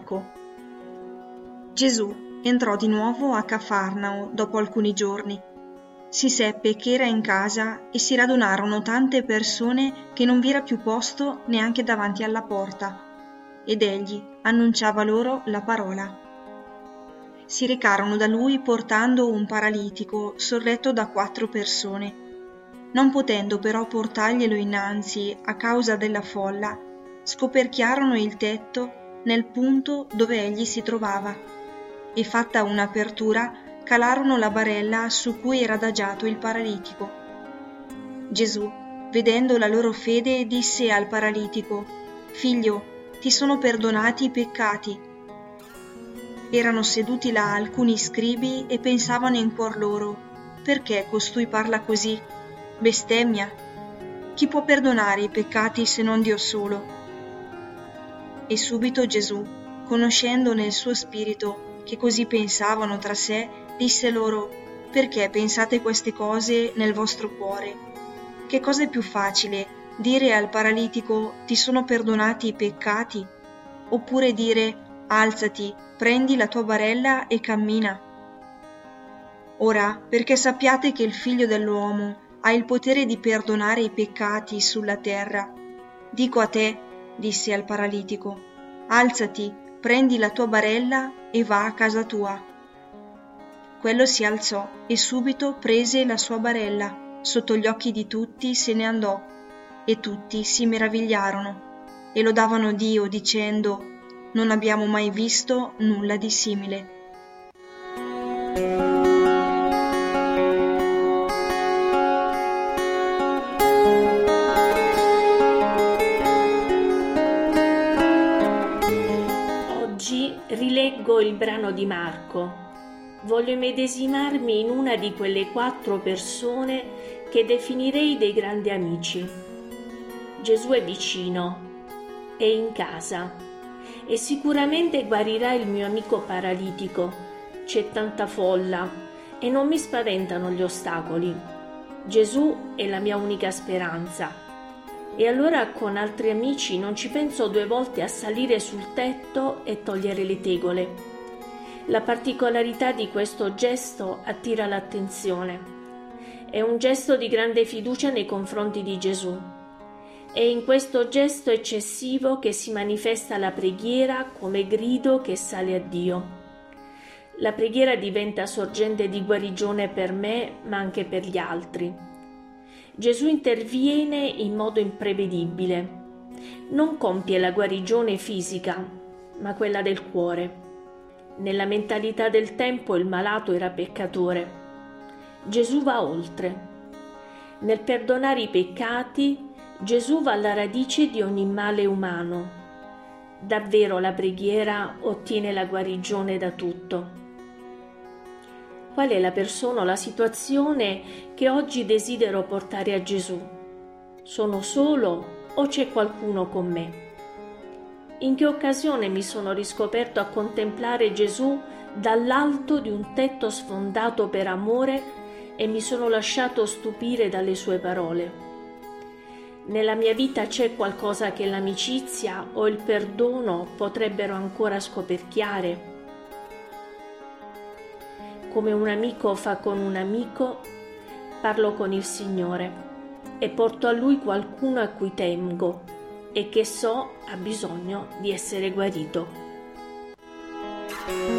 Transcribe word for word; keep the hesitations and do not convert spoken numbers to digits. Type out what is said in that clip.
paralitico. Gesù entrò di nuovo a Cafarnao dopo alcuni giorni. Si seppe che era in casa e si radunarono tante persone che non vi era più posto neanche davanti alla porta, ed egli annunciava loro la parola. Si recarono da lui portando un paralitico sorretto da quattro persone. Non potendo però portarglielo innanzi a causa della folla, scoperchiarono il tetto nel punto dove egli si trovava e, fatta un'apertura, calarono la barella su cui era adagiato il paralitico. Gesù, vedendo la loro fede, disse al paralitico: «Figlio, ti sono perdonati i peccati». Erano seduti là alcuni scribi e pensavano in cuor loro: «Perché costui parla così? Bestemmia? Chi può perdonare i peccati se non Dio solo?» E subito Gesù, conoscendo nel suo spirito che così pensavano tra sé, disse loro: «Perché pensate queste cose nel vostro cuore? Che cosa è più facile, dire al paralitico: ti sono perdonati i peccati? Oppure dire: alzati, prendi la tua barella e cammina? Ora, perché sappiate che il Figlio dell'uomo ha il potere di perdonare i peccati sulla terra, dico a te», disse al paralitico: «alzati, prendi la tua barella e va a casa tua». Quello si alzò e subito prese la sua barella, sotto gli occhi di tutti se ne andò, e tutti si meravigliarono e lodavano Dio dicendo: «Non abbiamo mai visto nulla di simile». Rileggo il brano di Marco. Voglio immedesimarmi in una di quelle quattro persone che definirei dei grandi amici. Gesù è vicino, è in casa e sicuramente guarirà il mio amico paralitico. C'è tanta folla e non mi spaventano gli ostacoli. Gesù è la mia unica speranza. E allora con altri amici non ci penso due volte a salire sul tetto e togliere le tegole. La particolarità di questo gesto attira l'attenzione. È un gesto di grande fiducia nei confronti di Gesù. È in questo gesto eccessivo che si manifesta la preghiera come grido che sale a Dio. La preghiera diventa sorgente di guarigione per me, ma anche per gli altri. Gesù interviene in modo imprevedibile. Non compie la guarigione fisica, ma quella del cuore. Nella mentalità del tempo il malato era peccatore. Gesù va oltre. Nel perdonare i peccati, Gesù va alla radice di ogni male umano. Davvero la preghiera ottiene la guarigione da tutto. Qual è la persona o la situazione che oggi desidero portare a Gesù? Sono solo o c'è qualcuno con me? In che occasione mi sono riscoperto a contemplare Gesù dall'alto di un tetto sfondato per amore e mi sono lasciato stupire dalle sue parole? Nella mia vita c'è qualcosa che l'amicizia o il perdono potrebbero ancora scoperchiare? Come un amico fa con un amico, parlo con il Signore e porto a Lui qualcuno a cui tengo e che so ha bisogno di essere guarito.